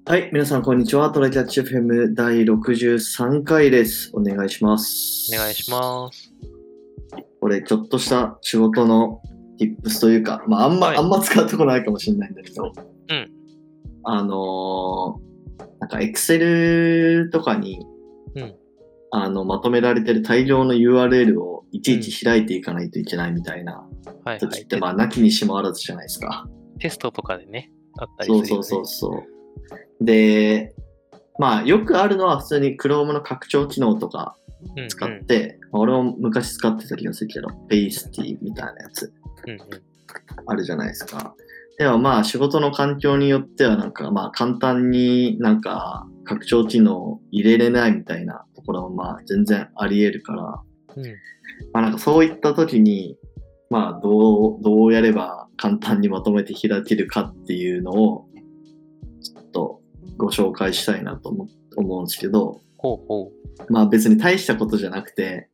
はい、皆さんこんにちは。トライキャッチ FM 第63回です。お願いします。 お願いします。 これちょっとした仕事の tips というか、あんま使うとこないかもしれないんだけど、 うん。 なんか Excel とかに、まとめられてる大量の URL をいちいち開いていかないといけないみたいな時って、なきにしもあらずじゃないですか。 テストとかでね、あったりするよね。 そう。で、よくあるのは普通に Chrome の拡張機能とか使って、俺も昔使ってた気がするけど、Pasty みたいなやつ、あるじゃないですか。でも仕事の環境によっては簡単に拡張機能入れれないみたいなところも全然あり得るから、そういった時にどうやれば簡単にまとめて開けるかっていうのをちょっとご紹介したいなと思うんですけど、別に大したことじゃなくて、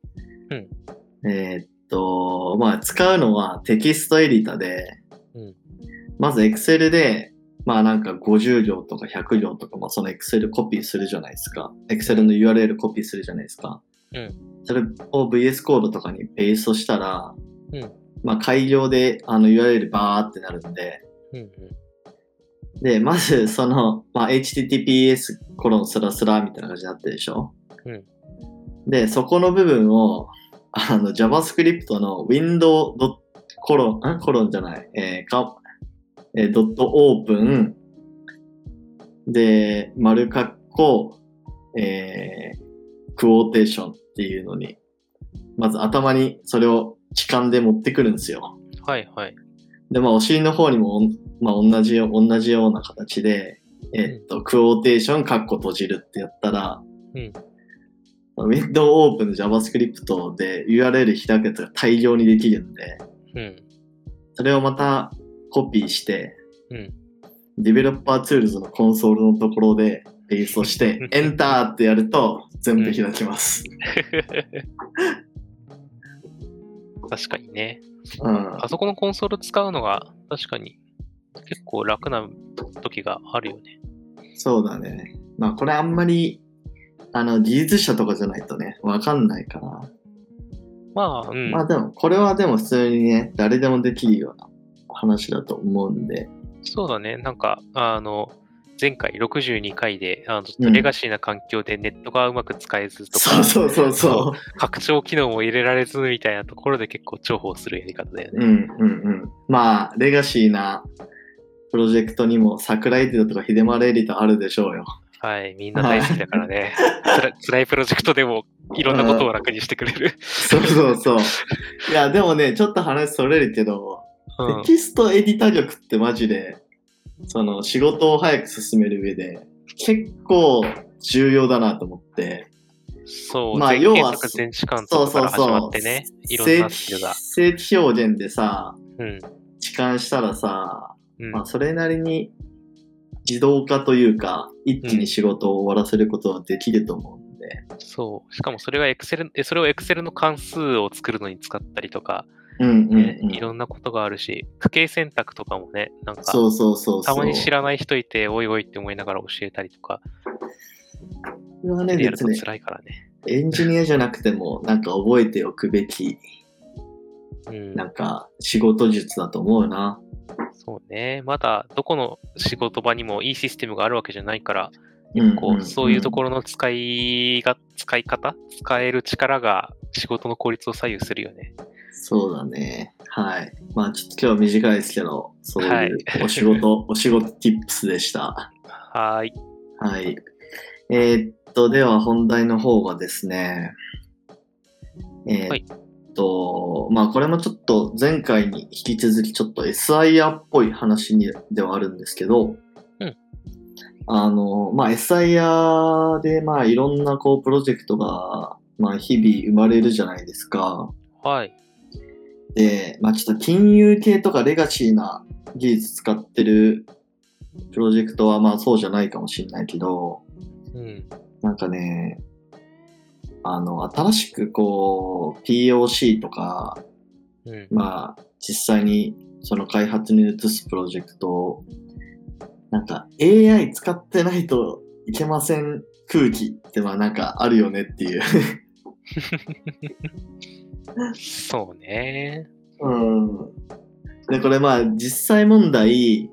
使うのはテキストエディタで、まず Excel で50行とか100行とかその Excel コピーするじゃないですか。Excel の URL コピーするじゃないですか。それを VS コードとかにペーストしたら、改行でURL バーってなるんで、で、まずその、https コロンスラスラみたいな感じになってるでしょ。で、そこの部分をJavaScript の window コロンじゃない、ドットオープンで、丸括弧、クォーテーションっていうのに、まず頭にそれを置換で持ってくるんですよ。で、お尻の方にも、同じような形で、クォーテーション括弧閉じるってやったら、Window Open の JavaScript で URL 開くやつが大量にできるんで、それをまたコピーして、Developer Tools のコンソールのところでペーストして、エンターってやると全部開きます。 確かにね。パソコンのコンソール使うのが確かに結構楽な時があるよね。 そうだね。これあんまり技術者とかじゃないとね、わかんないから。でも、これはでも普通にね、誰でもできるような話だと思うんで。 そうだね。前回62回で、レガシーな環境でネットがうまく使えずとか、拡張機能も入れられずみたいなところで結構重宝するやり方だよね。 レガシーなプロジェクトにも桜エディタとか秀丸エディタあるでしょうよ。 はい、みんな大好きだからね。辛いプロジェクトでもいろんなことを楽にしてくれる。 いや、でもね、ちょっと話それるけど、テキストエディタ力ってマジで、その仕事を早く進める上で結構重要だなと思って。 そう、要は全時間とかから始まってね、いろんなスキルが。 正規表現でさ、置換したらさ、それなりに自動化というか、一気に仕事を終わらせることはできると思うんで。 そう。しかもそれを Excel の関数を作るのに使ったりとか、いろんなことがあるし、区形選択とかもね、たまに知らない人いて、おいおいって思いながら教えたりとか、やると辛いからね。 エンジニアじゃなくても、覚えておくべき、仕事術だと思うな。 そうね。まだどこの仕事場にもいいシステムがあるわけじゃないから、結構そういうところの使い方、使える力が仕事の効率を左右するよね。 そうだね。はい。ちょっと今日は短いですけど、そういうお仕事tips でした。 はい。 では本題の方がですね、これもちょっと前回に引き続きちょっと SIR っぽい話ではあるんですけど、SIR でいろんなプロジェクトが日々生まれるじゃないですか。で、ちょっと金融系とかレガシーな技術使ってるプロジェクトはそうじゃないかもしれないけど、新しくPOC とか、実際にその開発に移すプロジェクトなんか AI 使ってないといけません空気ってまあなんかあるよねっていうそうね。 で、これまあ実際問題、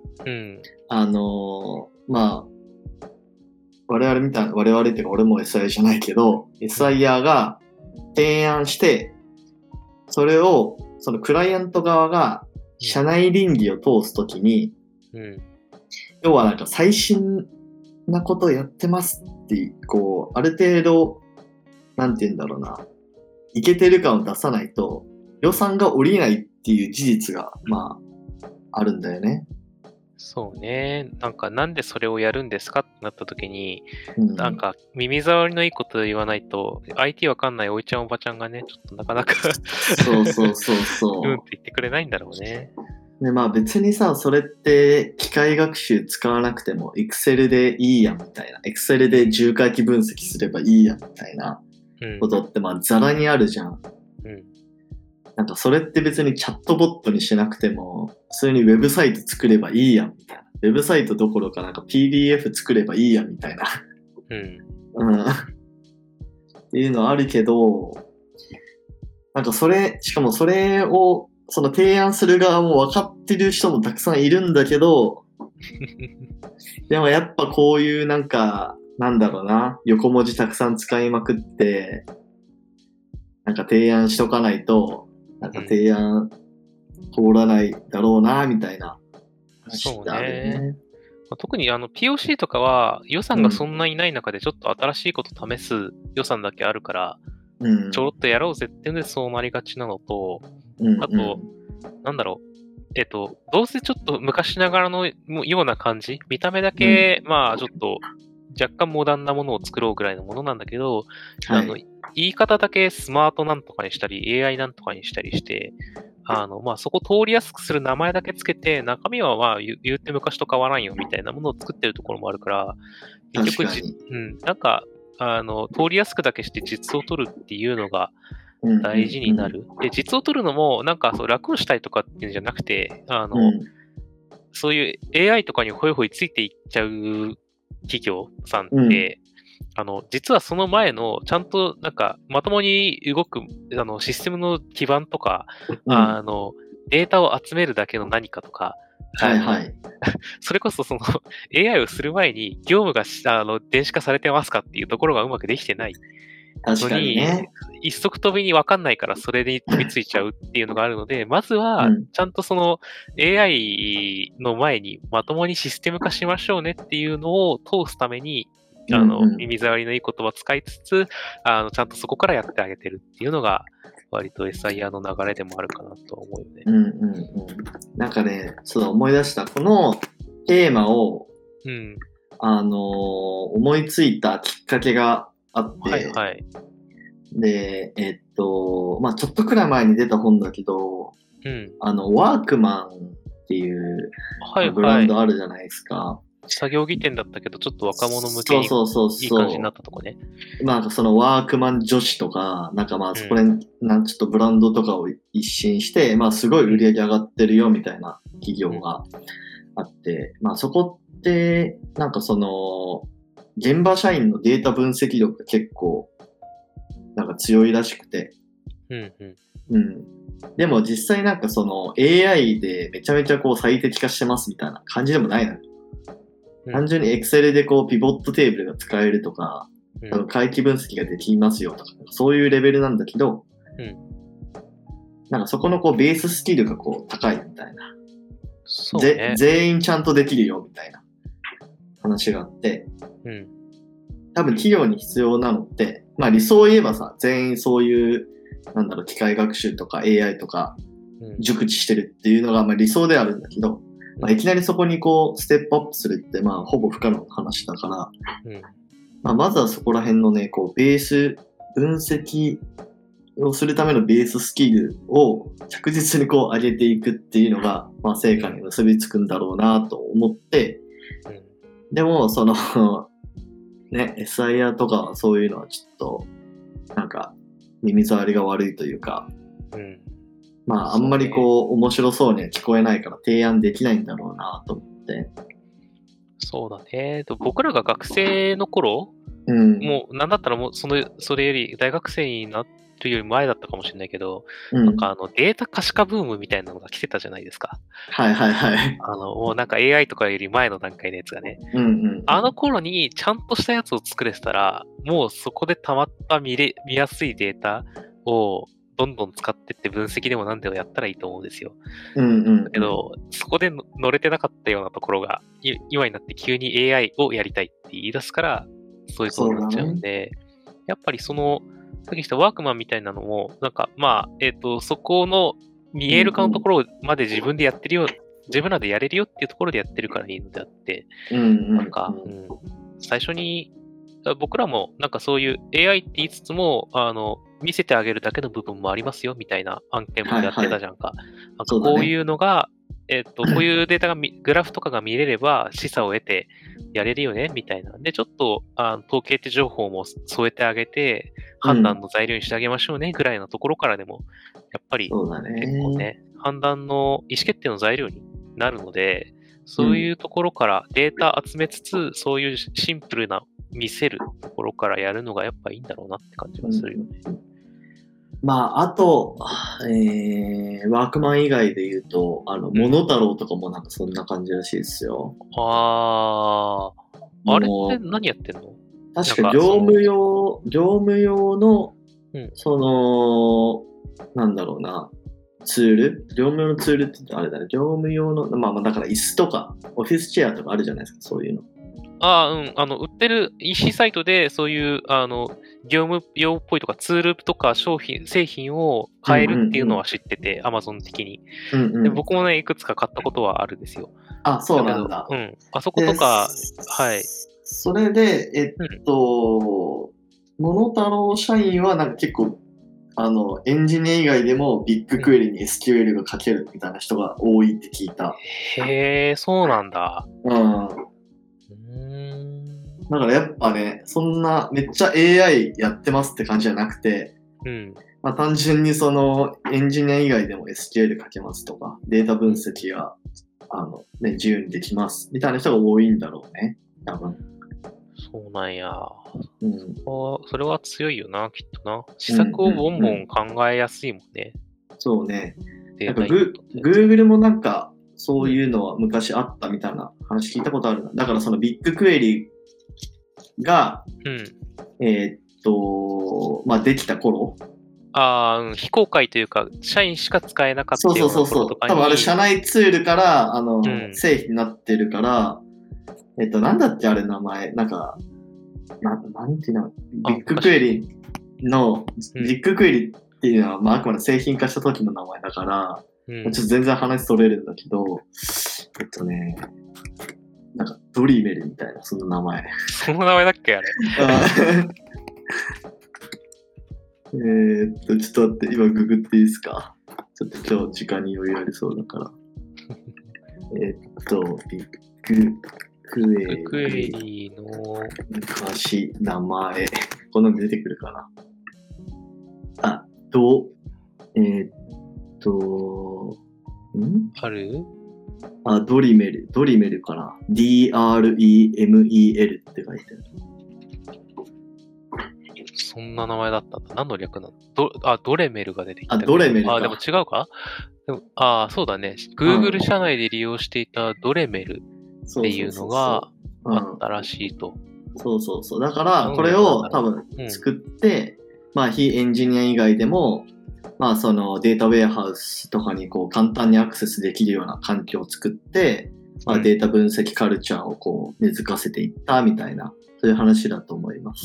まあ、我々っていうか俺も SI じゃないけど、SIR が提案して、それをそのクライアント側が社内倫理を通すときに、要はなんか最新なことをやってますっていう、こう、ある程度、なんて言うんだろうな、いけてる感を出さないと予算が下りないっていう事実が、まあ、あるんだよね。 そうね。なんでそれをやるんですかってなった時に、なんか耳障りのいいこと言わないと、IT わかんないおいちゃんおばちゃんがね、ちょっとなかなかそうって言ってくれないんだろうね。 で、まあ別にさ、それって機械学習使わなくても Excel でいいやみたいな。Excel で重回帰分析すればいいやみたいなことってまあザラにあるじゃん。なんかそれって別にチャットボットにしなくても、普通にウェブサイト作ればいいやみたいな。ウェブサイトどころかなんか PDF 作ればいいやみたいな。っていうのあるけど、なんかしかもそれをその提案する側も分かってる人もたくさんいるんだけど、でもやっぱこういうなんか、なんだろうな、横文字たくさん使いまくって、なんか提案しとかないと、なんか提案通らないだろうな、みたいな話ってあるよね。 そうね。特にPOC とかは予算がそんなにない中でちょっと新しいこと試す予算だけあるから、ちょろっとやろうぜっていうのでそうなりがちなのと、あと、なんだろう。どうせちょっと昔ながらのような感じ、見た目だけ、まあちょっと若干モダンなものを作ろうぐらいのものなんだけど、言い方だけスマートなんとかにしたり、AI なんとかにしたりして、まあそこ通りやすくする名前だけつけて、中身はまあ言って昔と変わらんよみたいなものを作ってるところもあるから、結局、なんか、通りやすくだけして実を取るっていうのが大事になる。で、実を取るのも、なんかそう楽をしたいとかっていうんじゃなくて、そういう AI とかにホイホイついていっちゃう企業さんって、実はその前の、ちゃんと、なんか、まともに動く、システムの基盤とか、データを集めるだけの何かとか、それこそその AI をする前に業務が電子化されてますかっていうところがうまくできてないのに、一足飛びに分かんないからそれに飛びついちゃうっていうのがあるので、まずはちゃんとその AI の前にまともにシステム化しましょうねっていうのを通すために、耳障りのいい言葉を使いつつ、ちゃんとそこからやってあげてるっていうのが、割と SIR の流れでもあるかなと思うよね。 なんかね、そう思い出した。このテーマを、思いついたきっかけがあって、で、まあちょっとくらい前に出た本だけど、ワークマンっていうブランドあるじゃないですか。 作業着店だったけど、ちょっと若者向けにいい感じになったとこね。 まあそのワークマン女子とか、なんかまあそこで、ちょっとブランドとかを一新して、まあすごい売り上げ上がってるよみたいな企業があって、まあそこって、なんかその、現場社員のデータ分析力が結構、なんか強いらしくて。でも実際なんかその AI でめちゃめちゃこう最適化してますみたいな感じでもないのよ。単純に Excel でこうピボットテーブルが使えるとか、回帰分析ができますよとか、そういうレベルなんだけど、なんかそこのこうベーススキルがこう高いみたいな。全員ちゃんとできるよみたいな話があって、多分企業に必要なのって、まあ理想を言えばさ、全員そういう、機械学習とか AI とか熟知してるっていうのがまあ理想であるんだけど、まあ、いきなりそこにこうステップアップするってまあほぼ不可能な話だから、まあ、まずはそこら辺のね、こうベース分析をするためのベーススキルを着実にこう上げていくっていうのが、まあ成果に結びつくんだろうなと思って、でもそのね、SIR とかそういうのはちょっとなんか耳障りが悪いというか、まああんまりこう面白そうには聞こえないから提案できないんだろうなと思って。 そうだね。僕らが学生の頃、もう、なんだったらもう、それより、大学生になるより前だったかもしれないけど、なんかデータ可視化ブームみたいなのが来てたじゃないですか。 はいはいはい。 もうなんか AI とかより前の段階のやつがね。あの頃にちゃんとしたやつを作れてたら、もうそこで溜まった見やすいデータをどんどん使ってって分析でも何でもやったらいいと思うんですよ。だけど、そこで乗れてなかったようなところが、今になって急に AI をやりたいって言い出すから、そういうことになっちゃうんで、やっぱりさっき言ったワークマンみたいなのも、なんか、そこの見える化のところまで自分でやってるよ、自分らでやれるよっていうところでやってるからいいのであって、なんか、最初に、僕らもなんかそういう AI って言いつつも、見せてあげるだけの部分もありますよみたいな案件もやってたじゃんか。なんかこういうのが、こういうデータがグラフとかが見れれば示唆を得てやれるよねみたいな。で、ちょっと統計的情報も添えてあげて、判断の材料にしてあげましょうねぐらいのところからでも、やっぱり結構ね、判断の意思決定の材料になるので、そういうところからデータ集めつつ、そういうシンプルな見せるところからやるのがやっぱいいんだろうなって感じがするよね。 あと、ワークマン以外で言うと、モノタロウとかもなんかそんな感じらしいですよ。 あれって何やってんの？ 確か業務用の、なんだろうな、ツール業務用のツールって言うとあれだね、業務用の、だから椅子とか、オフィスチェアとかあるじゃないですか、そういうの。 売ってる EC サイトで、そういう、業務用っぽいとか、ツールとか製品を買えるっていうのは知ってて、Amazon 的に。で僕もね、いくつか買ったことはあるんですよ。 あ、そうなんだ。 あそことか、はい。 それで、モノタロウ社員はなんか結構、エンジニア以外でもビッグクエリに SQL が書けるみたいな人が多いって聞いた。 へー、そうなんだ。 だからやっぱね、そんなめっちゃ AI やってますって感じじゃなくて、単純にエンジニア以外でも SQL 書けますとか、データ分析が自由にできますみたいな人が多いんだろうね、多分。 そうなんや。それは強いよな、きっとな。施策をボンボン考えやすいもんね。 そうね。なんかGoogle もなんかそういうのは昔あったみたいな話聞いたことあるな。だからそのビッグクエリが、できた頃。 非公開というか、社員しか使えなかったような頃とかに。 多分あれ社内ツールから、製品になってるから、なんだっけあれ名前、なんか、なんていうの、ビッグクエリっていうのは、あくまで製品化した時の名前だから、ちょっと全然話それるんだけど、なんかドリメルみたいな、その名前。 その名前だっけあれ。 ちょっと待って、今ググっていいですか？ちょっと今日時間に余裕ありそうだから。ビッグクエリの昔、名前。こんなの出てくるかな。 ある？ ドリメルかな。DREMEL って書いてある。 そんな名前だったんだ。何の略なの？ドレメルが出てきた。 ドレメルか。 でも違うか？でもそうだね。Google 社内で利用していたドレメルっていうのがあったらしいと。 そう。だから、これを多分作って、非エンジニア以外でも、そのデータウェアハウスとかにこう簡単にアクセスできるような環境を作って、データ分析カルチャーをこう根付かせていったみたいな、そういう話だと思います。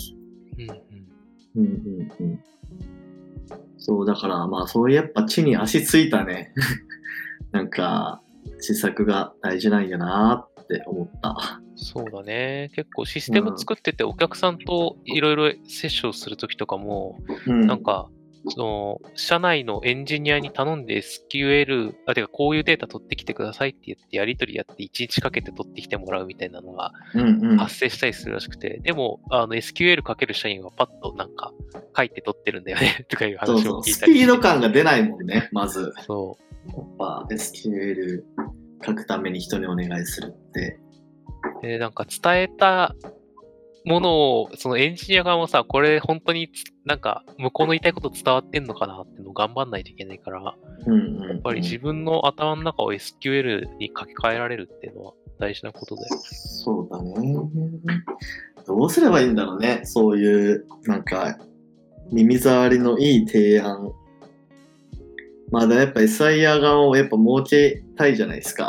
そうだからそういうやっぱ地に足ついたねなんか施策が大事なんやなって思った。 そうだね。結構システム作っててお客さんといろいろセッションするときとかも、なんか社内のエンジニアに頼んで SQL、てかこういうデータ取ってきてくださいって言ってやり取りやって1日かけて取ってきてもらうみたいなのが発生したりするらしくて、でもSQL かける社員はパッとなんか書いて取ってるんだよねとかいう話を聞いたりして。 スピード感が出ないもんね、まず。 そう。 やっぱ SQL 書くために人にお願いするって。 なんか伝えたものを、そのエンジニア側もさ、これ本当になんか向こうの言いたいこと伝わってんのかなっていうのを頑張んないといけないから、やっぱり自分の頭の中を SQL に書き換えられるっていうのは大事なことだよね。 そうだね。どうすればいいんだろうね。そういう、なんか、耳障りのいい提案。まあ、やっぱ SIR 側をやっぱ儲けたいじゃないですか。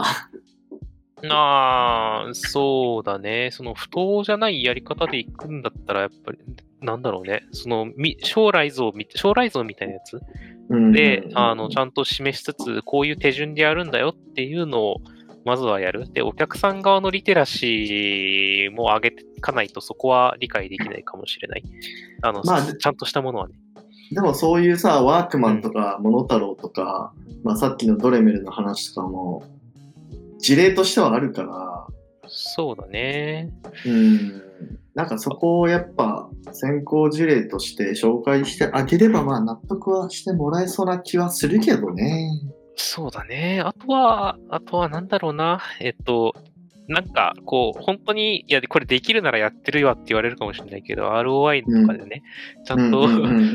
そうだね。その不当じゃないやり方でいくんだったら、やっぱり、なんだろうね。その、将来像みたいなやつで、ちゃんと示しつつ、こういう手順でやるんだよっていうのを、まずはやる。で、お客さん側のリテラシーも上げていかないと、そこは理解できないかもしれない。ちゃんとしたものはね。 でもそういうさ、ワークマンとか、モノタロウとか、まあさっきのドレメルの話とかも、事例としてはあるから。 そうだね。 なんかそこをやっぱ先行事例として紹介してあげれば、まあ納得はしてもらえそうな気はするけどね。 そうだね。あとはなんだろうな。なんか、こう、本当に、いや、これできるならやってるわって言われるかもしれないけど、ROI とかでね、ちゃんと、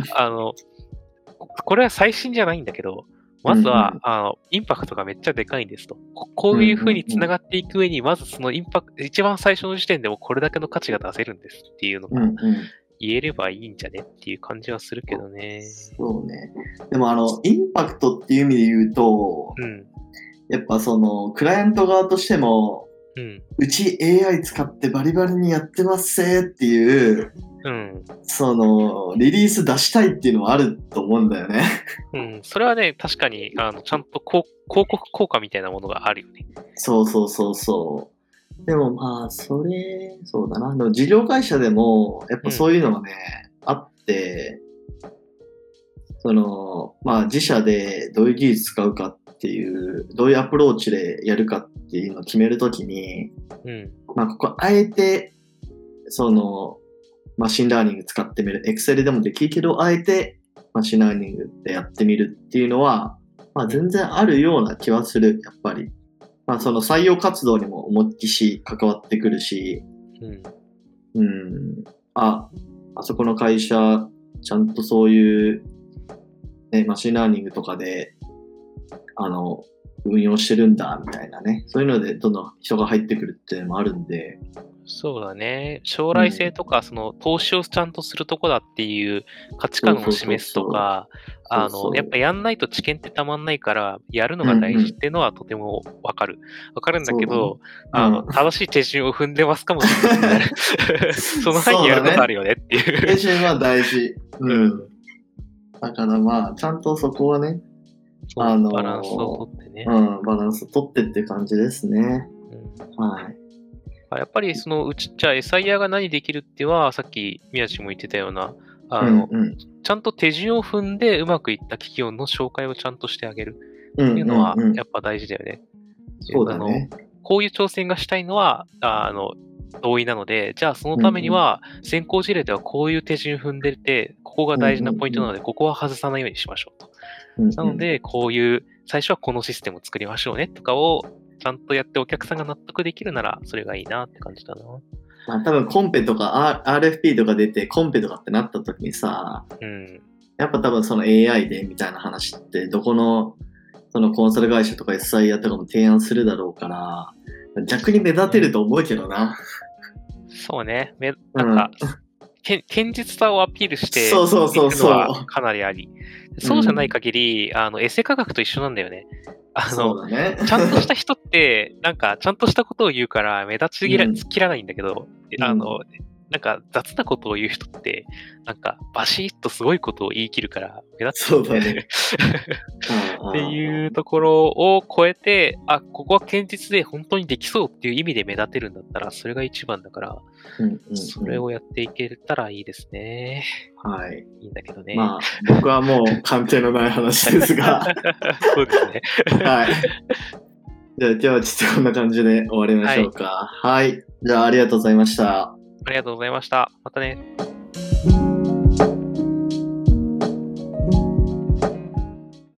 これは最新じゃないんだけど、まずは、インパクトがめっちゃでかいんですと。こういう風に繋がっていく上に、まずそのインパクト、一番最初の時点でもこれだけの価値が出せるんですっていうのが言えればいいんじゃねっていう感じはするけどね。 そうね。でもインパクトっていう意味で言うと、やっぱその、クライアント側としても、うち AI 使ってバリバリにやってますせっていう、そのリリース出したいっていうのはあると思うんだよね。 それはね、確かにちゃんと広告効果みたいなものがあるよね。 そう。でもまあそうだな。でも事業会社でもやっぱそういうのがね、あって、そのまあ自社でどういう技術使うかっていう、どういうアプローチでやるかっていうのを決めるときに、まあここあえてそのマシンラーニング使ってみる。Excel でもできるけど、あえてマシンラーニングでやってみるっていうのは、まあ全然あるような気はする、やっぱり。まあその採用活動にも思いっきし関わってくるし、あそこの会社、ちゃんとそういう、ね、マシンラーニングとかで、運用してるんだ、みたいなね。そういうのでどんどん人が入ってくるっていうのもあるんで、 そうだね。将来性とか、その投資をちゃんとするとこだっていう価値観を示すとか、やっぱやんないと知見ってたまんないから、やるのが大事っていうのはとてもわかる。わかるんだけど、正しい手順を踏んでますかもしれない。その前にやることあるよねっていう。 手順は大事。だからまあ、ちゃんとそこはね、 バランスをとってね。 バランスをとってって感じですね。はい。 やっぱりじゃあ SIR が何できるっていうのは、さっき宮地も言ってたような、ちゃんと手順を踏んでうまくいった企業の紹介をちゃんとしてあげるっていうのは、やっぱ大事だよね。 そうだね。 こういう挑戦がしたいのは、同意なので、じゃあそのためには、先行事例ではこういう手順踏んでて、ここが大事なポイントなので、ここは外さないようにしましょうと。なので、こういう、最初はこのシステムを作りましょうねとかを、ちゃんとやってお客さんが納得できるなら、それがいいなって感じだな。 まあ多分コンペとか、RFP とか出て、コンペとかってなった時にさ、やっぱ多分その AI でみたいな話って、どこの、そのコンサル会社とか SIR とかも提案するだろうから、逆に目立てると思うけどな。 そうね。なんか、堅実さをアピールしていくのはかなりあり。そうじゃない限り、エセ科学と一緒なんだよね。 そうだね、 ちゃんとした人って、なんか、ちゃんとしたことを言うから目立ちきらないんだけど、なんか雑なことを言う人って、なんかバシッとすごいことを言い切るから目立つ。 そうだね。 っていうところを超えて、ここは堅実で本当にできそうっていう意味で目立てるんだったら、それが一番だから、それをやっていけたらいいですね。 はい。 いいんだけどね。 まあ、僕はもう関係のない話ですが。 そうですね。 はい。じゃあ今日はちょっとこんな感じで終わりましょうか。はい。じゃあありがとうございました。 ありがとうございました。またね。